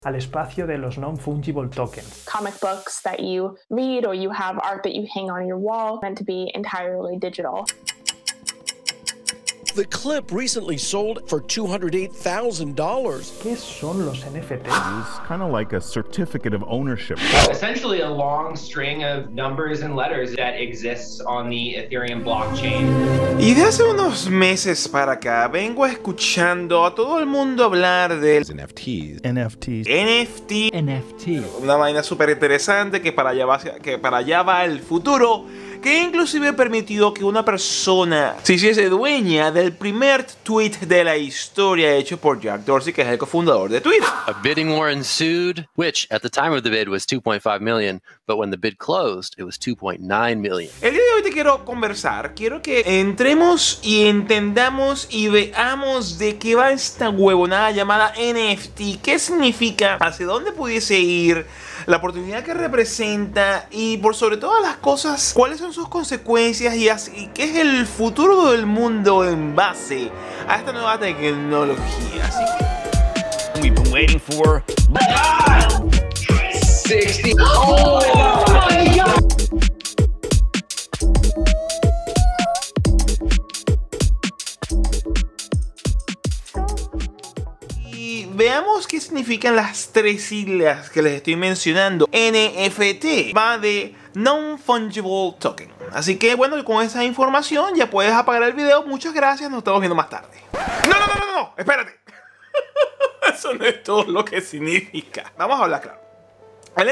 al espacio de los non-fungible tokens. Comic books that you read or you have art that you hang on your wall meant to be entirely digital. The clip recently sold for $208,000. ¿Qué son los NFTs? It's kind of like a certificate of ownership. Essentially a long string of numbers and letters that exists on the Ethereum blockchain. Y de hace unos meses para acá vengo escuchando a todo el mundo hablar del NFTs. NFT, una vaina súper interesante que para allá va el futuro, que inclusive permitió que una persona se hiciese dueña del primer tweet de la historia hecho por Jack Dorsey, que es el cofundador de Twitter. A bidding war ensued, which at the time of the bid was 2.5 million, but when the bid closed, it was 2.9 million. El día de hoy te quiero conversar, quiero que entremos y entendamos y veamos de qué va esta huevonada llamada NFT, qué significa, hacia dónde pudiese ir, la oportunidad que representa y por sobre todas las cosas, cuáles son sus consecuencias y qué es el futuro del mundo en base a esta nueva tecnología. Así que We've been waiting for 60. Oh my God! veamos qué significan las tres siglas que les estoy mencionando. NFT va de Non-Fungible Token. Así que bueno, con esa información ya puedes apagar el video. Muchas gracias, nos estamos viendo más tarde. No, espérate. Eso no es todo lo que significa. Vamos a hablar claro. El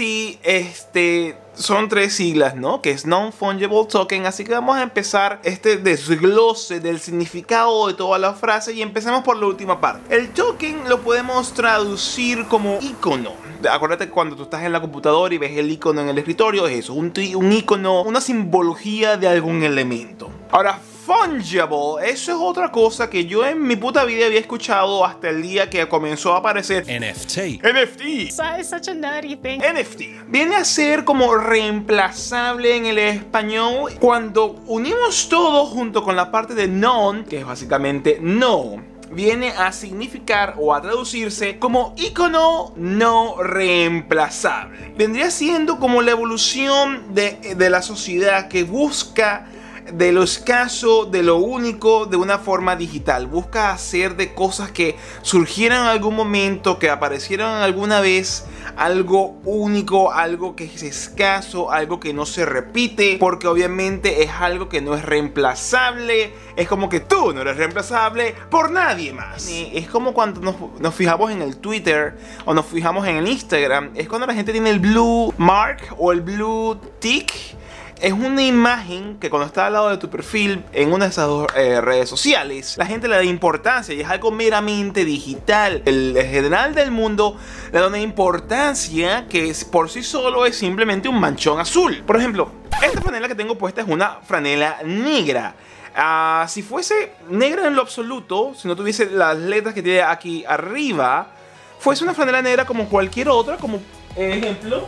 NFT son tres siglas, ¿no? Que es Non-Fungible Token. Así que vamos a empezar este desglose del significado de toda la frase. Y empecemos por la última parte. El token lo podemos traducir como icono. Acuérdate que cuando tú estás en la computadora y ves el icono en el escritorio, es eso, un icono, una simbología de algún elemento. Ahora, fungible, eso es otra cosa que yo en mi puta vida había escuchado hasta el día que comenzó a aparecer NFT. Such a nerdy thing. NFT viene a ser como reemplazable en el español cuando unimos todo junto con la parte de non, que es básicamente no. Viene a significar o a traducirse como icono no reemplazable. Vendría siendo como la evolución de la sociedad que busca de lo escaso, de lo único, de una forma digital. Busca hacer de cosas que surgieran en algún momento, que aparecieran alguna vez, algo único, algo que es escaso, algo que no se repite, porque obviamente es algo que no es reemplazable. Es como que tú no eres reemplazable por nadie más. Es como cuando nos fijamos en el Twitter o nos fijamos en el Instagram. Es cuando la gente tiene el blue mark o el blue tick. Es una imagen que cuando está al lado de tu perfil en una de esas dos redes sociales, la gente le da importancia y es algo meramente digital. El general del mundo le da una importancia que por sí solo es simplemente un manchón azul. Por ejemplo, esta franela que tengo puesta es una franela negra. Si fuese negra en lo absoluto, si no tuviese las letras que tiene aquí arriba, fuese una franela negra como cualquier otra, como ejemplo,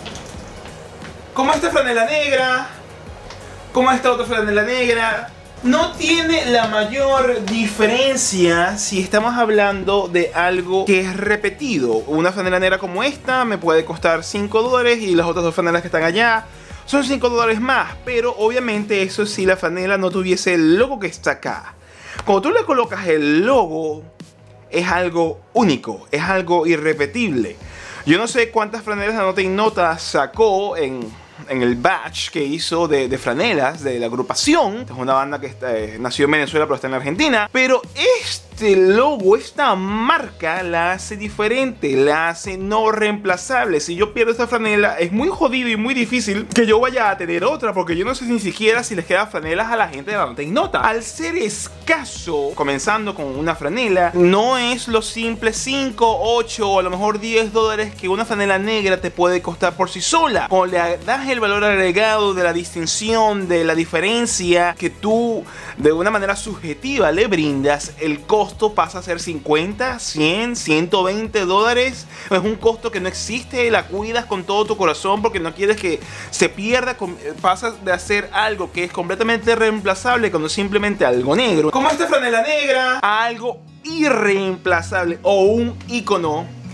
como esta franela negra, como esta otra franela negra. No tiene la mayor diferencia si estamos hablando de algo que es repetido. Una franela negra como esta me puede costar $5 y las otras dos franelas que están allá son $5 más. Pero obviamente eso si la franela no tuviese el logo que está acá. Cuando tú le colocas el logo, es algo único, es algo irrepetible. Yo no sé cuántas franelas la Nota Ignota sacó en el batch que hizo de franelas de la agrupación. Es una banda que nació en Venezuela pero está en la Argentina. Pero este logo, esta marca la hace diferente, la hace no reemplazable. Si yo pierdo esta franela es muy jodido y muy difícil que yo vaya a tener otra, porque yo no sé ni siquiera si les quedan franelas a la gente de la Nota Ignota. Al ser escaso, comenzando con una franela, no es lo simple 5, 8 o a lo mejor $10 que una franela negra te puede costar por sí sola. Cuando le das el valor agregado de la distinción, de la diferencia que tú de una manera subjetiva le brindas, el costo pasa a ser 50, 100, $120. Es un costo que no existe, la cuidas con todo tu corazón porque no quieres que se pierda. Pasas de hacer algo que es completamente reemplazable cuando es simplemente algo negro, como esta franela negra, a algo irreemplazable o un icono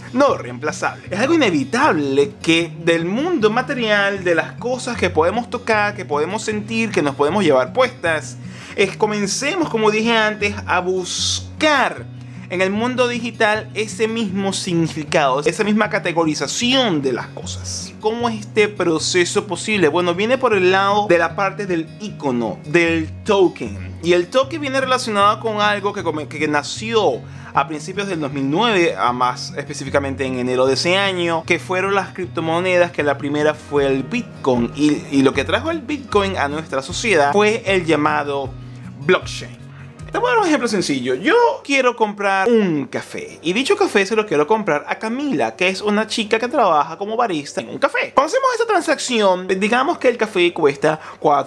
no reemplazable. Es algo inevitable que del mundo material, de las cosas que podemos tocar, que podemos sentir, que nos podemos llevar puestas, comencemos, como dije antes, a buscar en el mundo digital ese mismo significado, esa misma categorización de las cosas. ¿Cómo es este proceso posible? Bueno, viene por el lado de la parte del icono, del token. Y el token viene relacionado con algo que nació a principios del 2009, más específicamente en enero de ese año, que fueron las criptomonedas, que la primera fue el Bitcoin. Y lo que trajo el Bitcoin a nuestra sociedad fue el llamado blockchain. Te voy a dar un ejemplo sencillo. Yo quiero comprar un café y dicho café se lo quiero comprar a Camila, que es una chica que trabaja como barista en un café. Cuando hacemos esta transacción, digamos que el café cuesta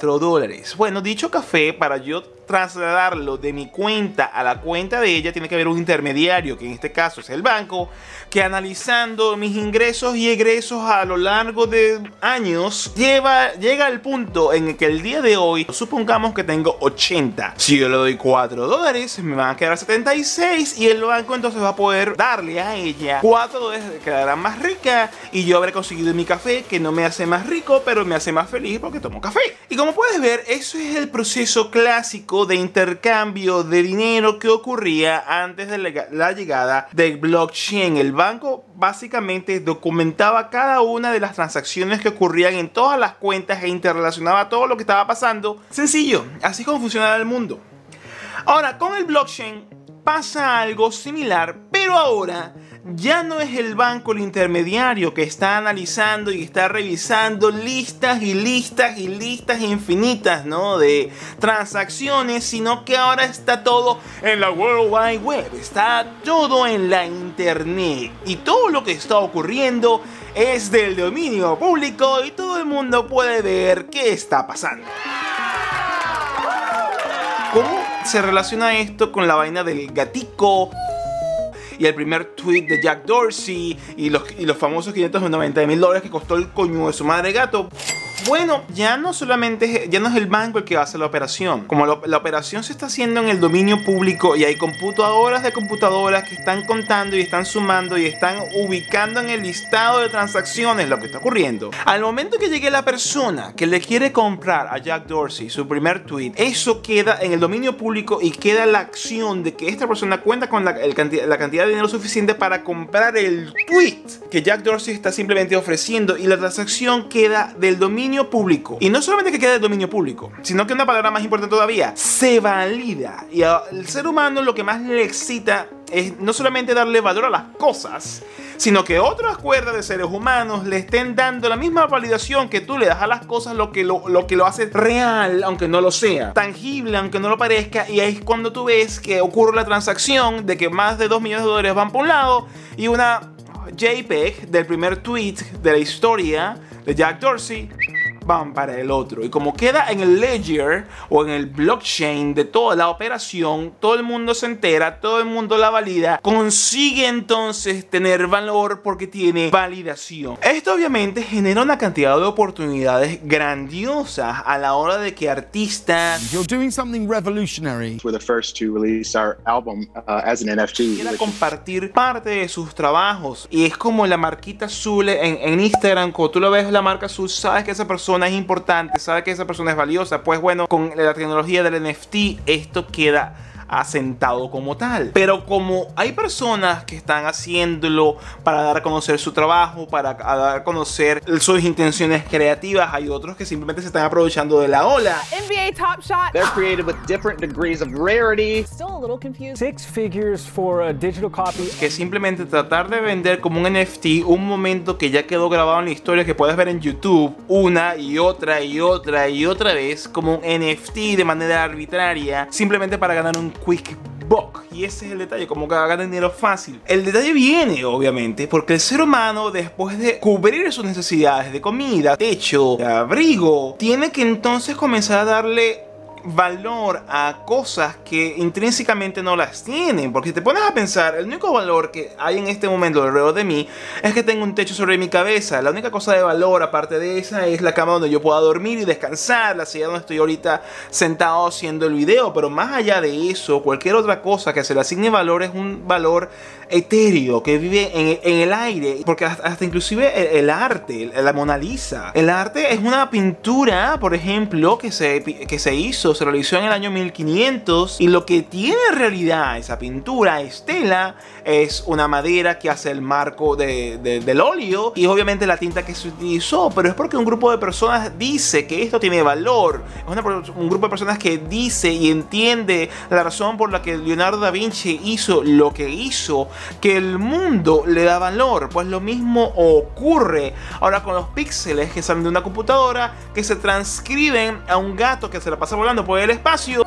$4. Bueno, dicho café, para yo trasladarlo de mi cuenta a la cuenta de ella, tiene que haber un intermediario, que en este caso es el banco, que analizando mis ingresos y egresos a lo largo de años, llega al punto en el que el día de hoy, supongamos que tengo 80. Si yo le doy $4, me van a quedar 76 y el banco entonces va a poder darle a ella $4, quedará más rica y yo habré conseguido mi café, que no me hace más rico, pero me hace más feliz porque tomo café. Y como puedes ver, eso es el proceso clásico de intercambio de dinero que ocurría antes de la llegada del blockchain. El banco básicamente documentaba cada una de las transacciones que ocurrían en todas las cuentas e interrelacionaba todo lo que estaba pasando. Sencillo, así es como funcionaba el mundo. Ahora, con el blockchain pasa algo similar, pero ahora ya no es el banco el intermediario que está analizando y está revisando listas y listas y listas infinitas, ¿no?, de transacciones, sino que ahora está todo en la World Wide Web, está todo en la internet y todo lo que está ocurriendo es del dominio público y todo el mundo puede ver qué está pasando. ¿Cómo se relaciona esto con la vaina del gatico y el primer tweet de Jack Dorsey y los famosos $590,000 que costó el coño de su madre gato? Bueno, ya no es el banco el que hace la operación. Como la operación se está haciendo en el dominio público y hay computadoras de computadoras que están contando y están sumando y están ubicando en el listado de transacciones lo que está ocurriendo. Al momento que llegue la persona que le quiere comprar a Jack Dorsey su primer tweet, eso queda en el dominio público y queda la acción de que esta persona cuenta con la cantidad de dinero suficiente para comprar el tweet que Jack Dorsey está simplemente ofreciendo y la transacción queda del dominio público. Y no solamente que quede del dominio público, sino que una palabra más importante todavía, se valida. Y al ser humano lo que más le excita es no solamente darle valor a las cosas, sino que otras cuerdas de seres humanos le estén dando la misma validación que tú le das a las cosas, lo que lo hace real, aunque no lo sea, tangible, aunque no lo parezca. Y ahí es cuando tú ves que ocurre la transacción de que más de $2 millones van por un lado y una JPEG del primer tweet de la historia de Jack Dorsey van para el otro. Y como queda en el ledger o en el blockchain de toda la operación, todo el mundo se entera, todo el mundo la valida, consigue entonces tener valor porque tiene validación. Esto obviamente genera una cantidad de oportunidades grandiosas a la hora de que artistas You're doing something revolutionary. We're the first to release our album as an NFT. Quiera compartir parte de sus trabajos y es como la marquita azul en Instagram. Cuando tú lo ves la marca azul, sabes que esa persona es importante, sabes que esa persona es valiosa. Pues bueno, con la tecnología del NFT esto queda asentado como tal. Pero como hay personas que están haciéndolo para dar a conocer su trabajo, para dar a conocer sus intenciones creativas, hay otros que simplemente se están aprovechando de la ola. NBA Top Shot. They're created with different degrees of rarity. Still a little confused. 6 figures for a digital copy. Que simplemente tratar de vender como un NFT un momento que ya quedó grabado en la historia, que puedes ver en YouTube una y otra y otra y otra vez como un NFT de manera arbitraria, simplemente para ganar un quick buck. Y ese es el detalle, como que ganar dinero fácil. El detalle viene obviamente porque el ser humano, después de cubrir sus necesidades de comida, techo, de abrigo, tiene que entonces comenzar a darle valor a cosas que intrínsecamente no las tienen. Porque si te pones a pensar, el único valor que hay en este momento alrededor de mí es que tengo un techo sobre mi cabeza. La única cosa de valor aparte de esa es la cama donde yo pueda dormir y descansar, la silla donde estoy ahorita sentado haciendo el video. Pero más allá de eso, cualquier otra cosa que se le asigne valor es un valor etéreo que vive en el aire. Porque hasta inclusive el arte, la Mona Lisa, el arte es una pintura, por ejemplo, que se hizo, se realizó en el año 1500, y lo que tiene en realidad esa pintura, estela, es una madera que hace el marco del óleo y obviamente la tinta que se utilizó, pero es porque un grupo de personas dice que esto tiene valor. Es un grupo de personas que dice y entiende la razón por la que Leonardo da Vinci hizo lo que hizo, que el mundo le da valor. Pues lo mismo ocurre ahora con los píxeles que salen de una computadora, que se transcriben a un gato que se la pasa volando por el espacio,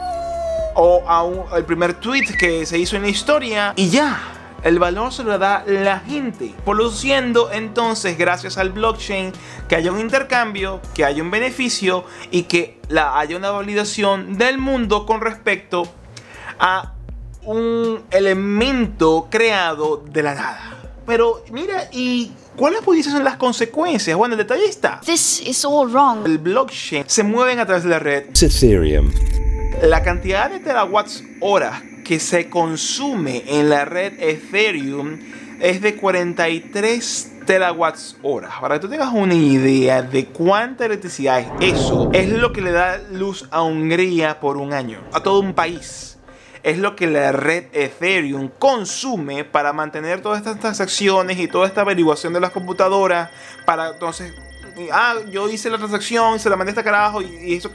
o el primer tweet que se hizo en la historia, y ya, el valor se lo da la gente, produciendo entonces, gracias al blockchain, que haya un intercambio, que haya un beneficio y que haya una validación del mundo con respecto a un elemento creado de la nada. Pero mira, ¿y cuáles pudiesen ser las consecuencias? Bueno, el detalle está. This is all wrong. El blockchain se mueven a través de la red Ethereum. La cantidad de terawatts horas que se consume en la red Ethereum es de 43 terawatts horas. Para que tú tengas una idea de cuánta electricidad es eso, es lo que le da luz a Hungría por un año, a todo un país. Es lo que la red Ethereum consume para mantener todas estas transacciones y toda esta averiguación de las computadoras. Para entonces, yo hice la transacción, se la mandé a este carajo y eso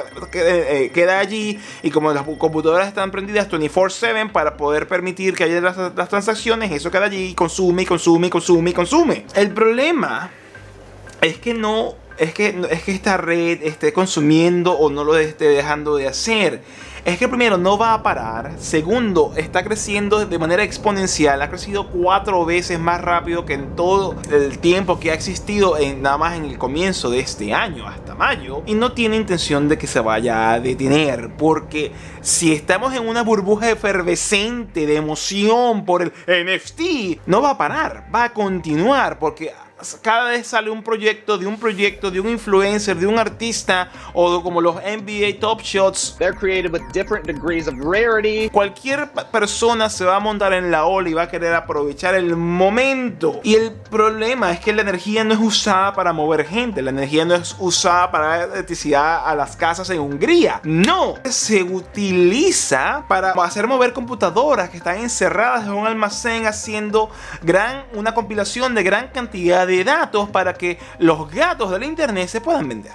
queda allí. Y como las computadoras están prendidas 24/7 para poder permitir que haya las transacciones, eso queda allí y consume, y consume, y consume, y consume. El problema es que no es que esta red esté consumiendo o no lo esté dejando de hacer. Es que primero no va a parar. Segundo, está creciendo de manera exponencial. Ha crecido 4 veces más rápido que en todo el tiempo que ha existido, nada más en el comienzo de este año hasta mayo. Y no tiene intención de que se vaya a detener. Porque si estamos en una burbuja efervescente de emoción por el NFT, no va a parar. Va a continuar porque cada vez sale un proyecto, de un influencer, de un artista, o como los NBA Top Shots. They're created with different degrees of rarity. Cualquier persona se va a montar en la ola y va a querer aprovechar el momento. Y el problema es que la energía no es usada para mover gente, la energía no es usada para dar electricidad a las casas en Hungría. No, se utiliza para hacer mover computadoras que están encerradas en un almacén haciendo una compilación de gran cantidad de datos para que los gatos del internet se puedan vender.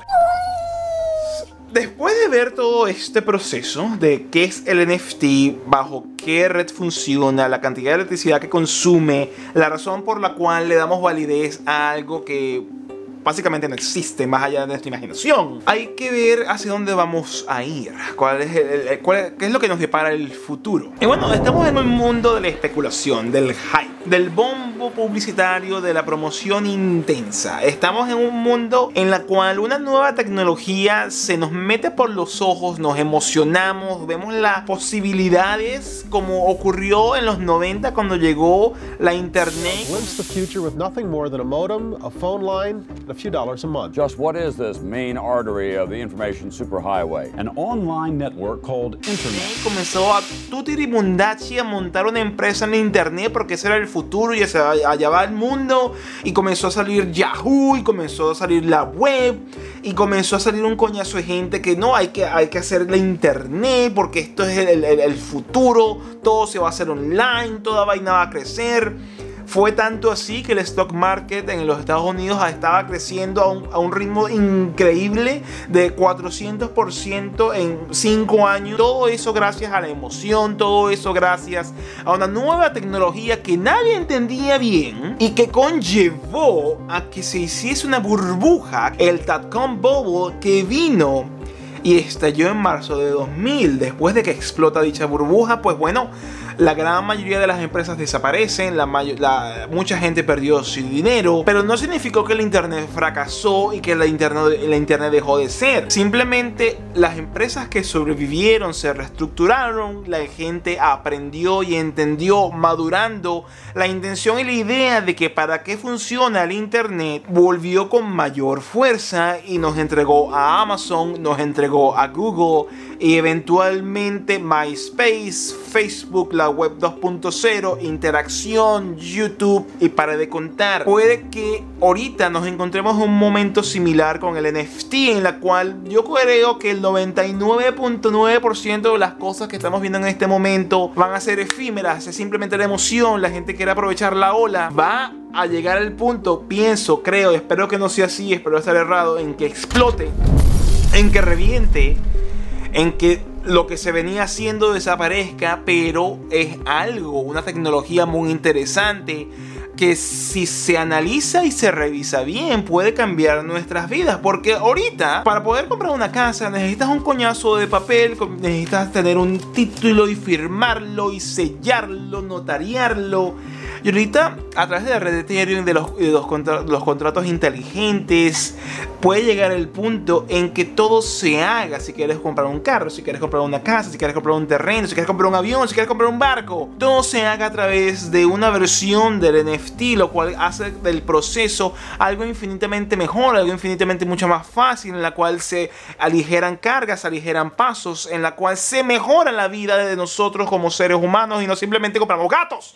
Después de ver todo este proceso de qué es el NFT, bajo qué red funciona, la cantidad de electricidad que consume, la razón por la cual le damos validez a algo que básicamente no existe más allá de nuestra imaginación, hay que ver hacia dónde vamos a ir, qué es lo que nos depara el futuro. Y bueno, estamos en un mundo de la especulación, del hype, del bombo publicitario, de la promoción intensa. Estamos en un mundo en la cual una nueva tecnología se nos mete por los ojos, nos emocionamos, vemos las posibilidades, como ocurrió en los 90 cuando llegó la internet. Glimpse the future with nothing more than a modem, a phone line, a few dollars a month. Just what is this main artery of the information superhighway? An online network called Internet. Comenzó a tutirimundachi a montar una empresa en internet porque ese era el futuro y allá va el mundo. Y comenzó a salir Yahoo, y comenzó a salir la web, y comenzó a salir un coñazo de gente que no, hay que hacer la internet porque esto es el futuro, todo se va a hacer online, toda vaina va a crecer. Fue tanto así que el stock market en los Estados Unidos estaba creciendo a un ritmo increíble de 400% en 5 años. Todo eso gracias a la emoción, todo eso gracias a una nueva tecnología que nadie entendía bien y que conllevó a que se hiciese una burbuja, el dot-com bubble, que vino y estalló en marzo de 2000. Después de que explota dicha burbuja, pues bueno, la gran mayoría de las empresas desaparecen, mucha gente perdió su dinero, pero no significó que el internet fracasó y que la internet dejó de ser. Simplemente las empresas que sobrevivieron se reestructuraron, la gente aprendió y entendió, madurando la intención y la idea de que para qué funciona el internet, volvió con mayor fuerza y nos entregó a Amazon, nos entregó a Google y eventualmente MySpace, Facebook, la web 2.0, interacción, YouTube y para de contar. Puede que ahorita nos encontremos en un momento similar con el NFT, en la cual yo creo que el 99.9% de las cosas que estamos viendo en este momento van a ser efímeras. Es simplemente la emoción, la gente quiere aprovechar la ola. Va a llegar al punto, pienso, creo, espero que no sea así, espero estar errado, en que explote, en que reviente, en que lo que se venía haciendo desaparezca, pero es algo, una tecnología muy interesante que si se analiza y se revisa bien puede cambiar nuestras vidas. Porque ahorita, para poder comprar una casa necesitas un coñazo de papel, necesitas tener un título y firmarlo y sellarlo, notariarlo. Y ahorita, a través de la red de Ethereum, de los contratos inteligentes, puede llegar el punto en que todo se haga. Si quieres comprar un carro, si quieres comprar una casa, si quieres comprar un terreno, si quieres comprar un avión, si quieres comprar un barco, todo se haga a través de una versión del NFT, lo cual hace del proceso algo infinitamente mejor, algo infinitamente mucho más fácil, en la cual se aligeran cargas, se aligeran pasos, en la cual se mejora la vida de nosotros como seres humanos y no simplemente compramos gatos.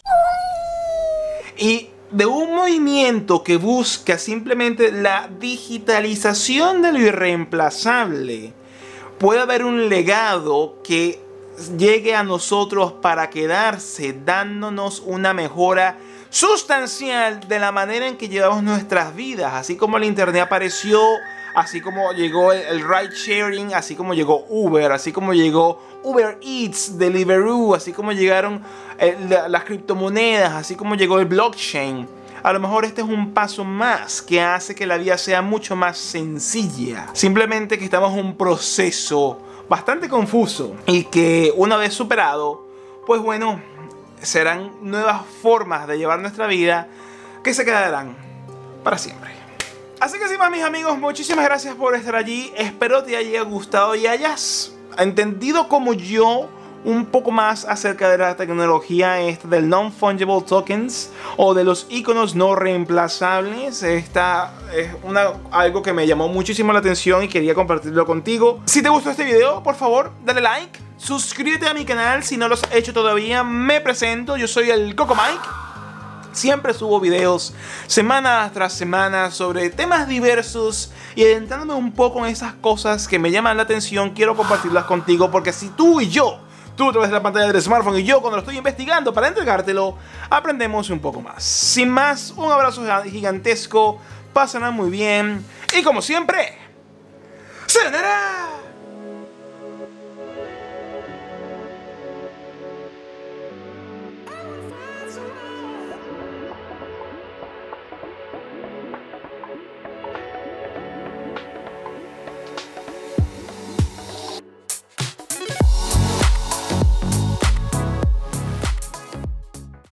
Y de un movimiento que busca simplemente la digitalización de lo irreemplazable, puede haber un legado que llegue a nosotros para quedarse, dándonos una mejora sustancial de la manera en que llevamos nuestras vidas. Así como el internet apareció, así como llegó el ride sharing, así como llegó Uber, así como llegó Uber Eats, Deliveroo, así como llegaron las criptomonedas, así como llegó el blockchain. A lo mejor este es un paso más que hace que la vida sea mucho más sencilla. Simplemente que estamos en un proceso bastante confuso y que una vez superado, pues bueno, serán nuevas formas de llevar nuestra vida que se quedarán para siempre. Así que sin más, mis amigos, muchísimas gracias por estar allí. Espero te haya gustado y hayas entendido como yo un poco más acerca de la tecnología del non-fungible tokens o de los iconos no reemplazables. Esta es algo que me llamó muchísimo la atención y quería compartirlo contigo. Si te gustó este video, por favor, dale like, suscríbete a mi canal si no lo has hecho todavía. Me presento, yo soy el Coco Mike. Siempre subo videos semana tras semana sobre temas diversos y adentrándome un poco en esas cosas que me llaman la atención. Quiero compartirlas contigo porque si tú y yo, tú a través de la pantalla del smartphone y yo cuando lo estoy investigando para entregártelo, aprendemos un poco más. Sin más, un abrazo gigantesco, pásenla muy bien y como siempre, ¡sayonara!